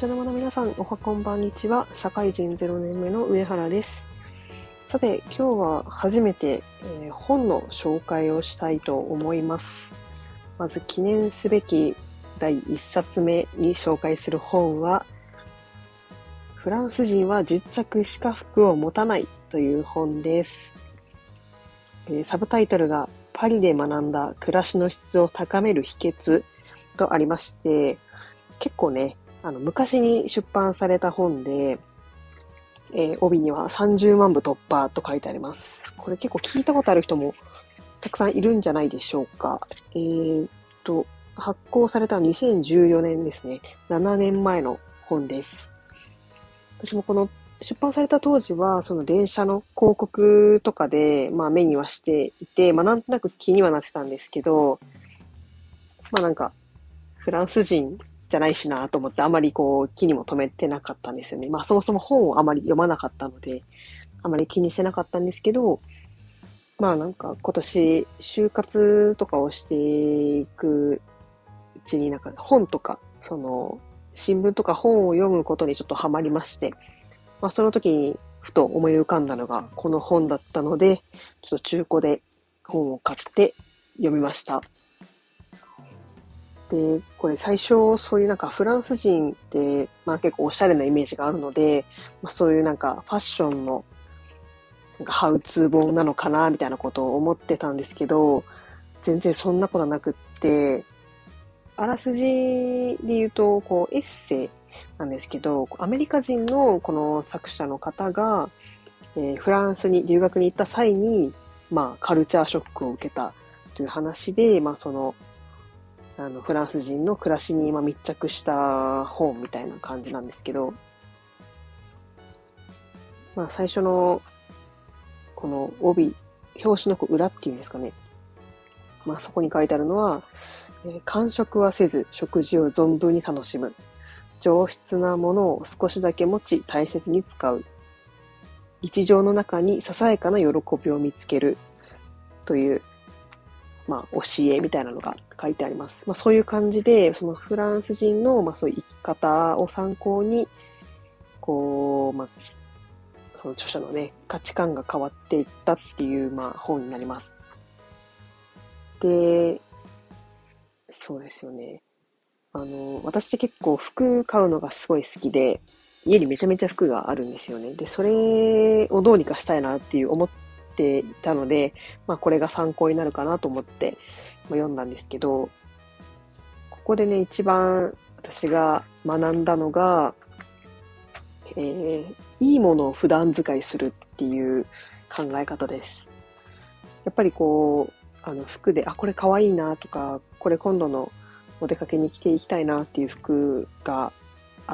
茶の間の皆さん、おはこんばんにちは。社会人0年目の上原です。さて、今日は初めて、本の紹介をしたいと思います。まず記念すべき第1冊目に紹介する本は、フランス人は10着しか服を持たないという本です。サブタイトルがパリで学んだ暮らしの質を高める秘訣とありまして、結構ね、昔に出版された本で、帯には30万部突破と書いてあります。これ結構聞いたことある人もたくさんいるんじゃないでしょうか。発行されたのは2014年ですね。7年前の本です。私もこの出版された当時は、その電車の広告とかで、目にはしていて、なんとなく気にはなってたんですけど、フランス人じゃないしなと思ってあまり気にも留めてなかったんですよね。そもそも本をあまり読まなかったので、あまり気にしてなかったんですけど、今年就活とかをしていくうちに本とか、新聞とか本を読むことにちょっとハマりまして、その時にふと思い浮かんだのがこの本だったので、ちょっと中古で本を買って読みました。で、これ最初そういうフランス人って結構おしゃれなイメージがあるので、そういうファッションのハウツー本なのかなみたいなことを思ってたんですけど、全然そんなことなくって、あらすじで言うとエッセイなんですけど、アメリカ人のこの作者の方が、フランスに留学に行った際に、カルチャーショックを受けたという話で、フランス人の暮らしに密着した本みたいな感じなんですけど、最初のこの表紙の裏っていうんですかね。そこに書いてあるのは、間食はせず食事を存分に楽しむ。上質なものを少しだけ持ち大切に使う。日常の中にささやかな喜びを見つける。という教えみたいなのが書いてあります。そういう感じで、そのフランス人の、そういう生き方を参考に、その著者のね、価値観が変わっていったっていう、本になります。で、そうですよね。私って結構服買うのがすごい好きで、家にめちゃめちゃ服があるんですよね。で、それをどうにかしたいなって思っていたので、これが参考になるかなと思って、読んだんですけど、ここでね、一番私が学んだのが、いいものを普段使いするっていう考え方です。やっぱり服で、これ可愛いなとか、これ今度のお出かけに着ていきたいなっていう服があって、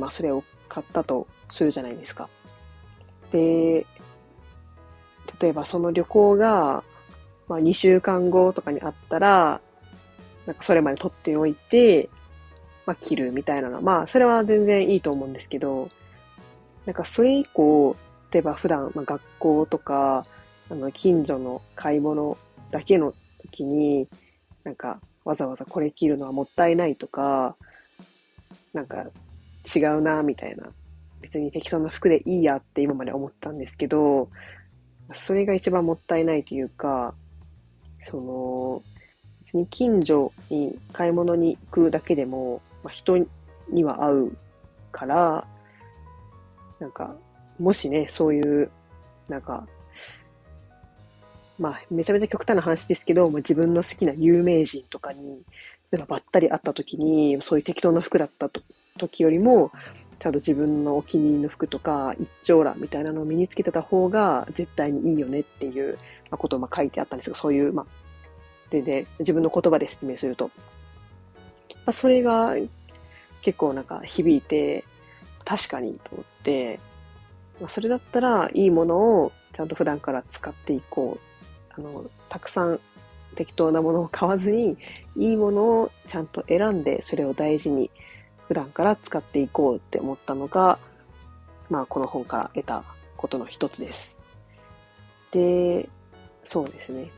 それを買ったとするじゃないですか。で、例えばその旅行が、2週間後とかにあったら、それまで取っておいて、着るみたいなのは、それは全然いいと思うんですけど、それ以降、例えば普段、学校とか、近所の買い物だけの時に、わざわざこれ着るのはもったいないとか、違うな、みたいな。別に適当な服でいいやって今まで思ったんですけど、それが一番もったいないというか、別に近所に買い物に行くだけでも、人には会うから、もしね、そういう、めちゃめちゃ極端な話ですけど、自分の好きな有名人とかに、ばったり会った時に、そういう適当な服だった時よりも、ちゃんと自分のお気に入りの服とか、一張羅みたいなのを身につけてた方が絶対にいいよねっていうことを書いてあったんですが、そういう、で、自分の言葉で説明すると。それが結構響いて、確かにと思って、それだったらいいものをちゃんと普段から使っていこう。たくさん適当なものを買わずに、いいものをちゃんと選んで、それを大事に普段から使っていこうって思ったのが、この本から得たことの一つです。で、そうですね。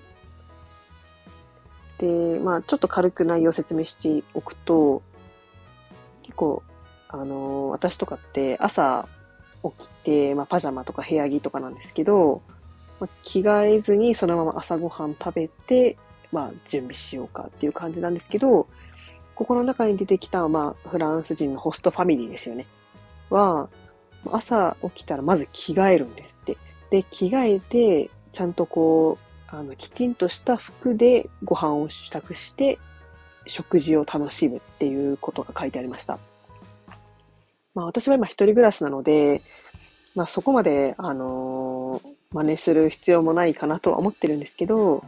で、ちょっと軽く内容を説明しておくと、結構、 私とかって朝起きて、パジャマとか部屋着とかなんですけど、着替えずにそのまま朝ごはん食べて、準備しようかっていう感じなんですけど、ここの中に出てきた、フランス人のホストファミリーですよね。は、朝起きたらまず着替えるんですって。で、着替えて、ちゃんときちんとした服でご飯を支度して、食事を楽しむっていうことが書いてありました。私は今一人暮らしなので、そこまで、真似する必要もないかなとは思ってるんですけど、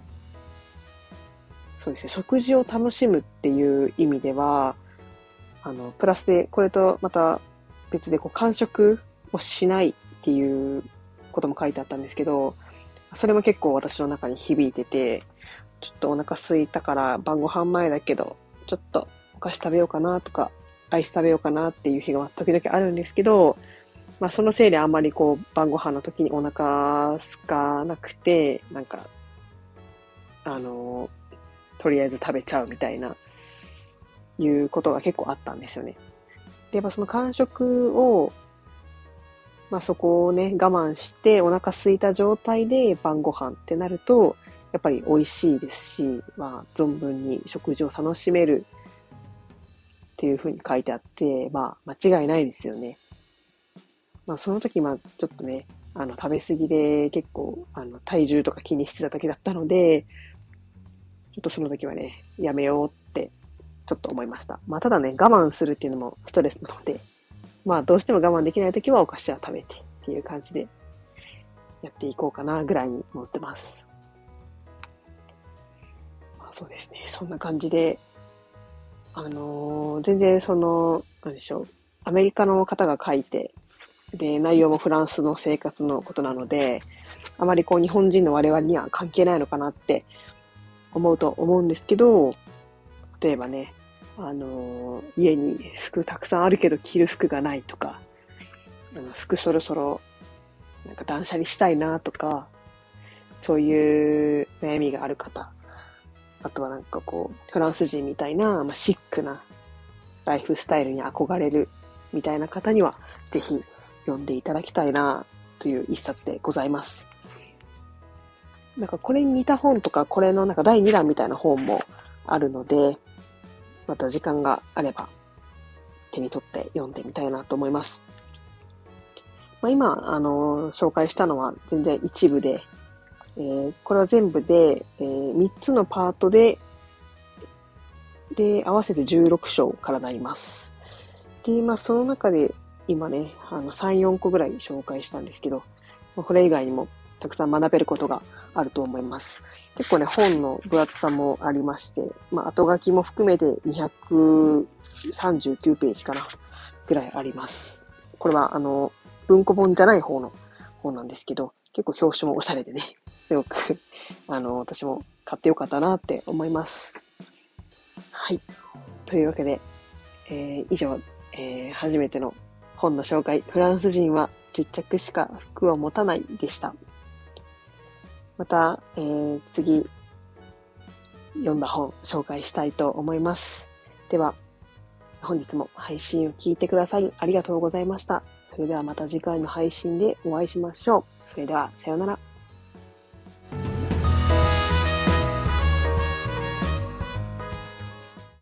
そうですね、食事を楽しむっていう意味では、プラスで、これとまた別で間食をしないっていうことも書いてあったんですけど、それも結構私の中に響いてて、ちょっとお腹空いたから晩ご飯前だけど、ちょっとお菓子食べようかなとか、アイス食べようかなっていう日が時々あるんですけど、そのせいであんまり晩ご飯の時にお腹空かなくて、とりあえず食べちゃうみたいな、いうことが結構あったんですよね。で、やっぱその間食を、そこをね、我慢してお腹空いた状態で晩ご飯ってなると、やっぱり美味しいですし、存分に食事を楽しめるっていう風に書いてあって、間違いないですよね。その時、ちょっとね、食べ過ぎで結構、体重とか気にしてた時だったので、ちょっとその時はね、やめようってちょっと思いました。ただね、我慢するっていうのもストレスなので、どうしても我慢できないときはお菓子は食べてっていう感じでやっていこうかなぐらいに思ってます。そうですね。そんな感じで、全然なんでしょう。アメリカの方が書いて、で、内容もフランスの生活のことなので、あまり日本人の我々には関係ないのかなって思うんですけど、例えばね、家に服たくさんあるけど着る服がないとか、服そろそろ断捨離したいなとか、そういう悩みがある方、あとはフランス人みたいな、シックなライフスタイルに憧れるみたいな方には、ぜひ読んでいただきたいなという一冊でございます。これに似た本とか、これの第2弾みたいな本もあるので、また時間があれば手に取って読んでみたいなと思います。今、紹介したのは全然一部で、これは全部で、3つのパートで、合わせて16章からなります。で、その中で今ね、3、4個ぐらい紹介したんですけど、これ以外にもたくさん学べることがあると思います。結構ね、本の分厚さもありまして、後書きも含めて239ページかな、ぐらいあります。これは、文庫本じゃない方の本なんですけど、結構表紙もおしゃれでね、すごく、私も買ってよかったなって思います。はい。というわけで、以上、初めての本の紹介、フランス人は10着しか服を持たないでした。また、次、読んだ本紹介したいと思います。では、本日も配信を聞いてくださりありがとうございました。それではまた次回の配信でお会いしましょう。それでは、さようなら。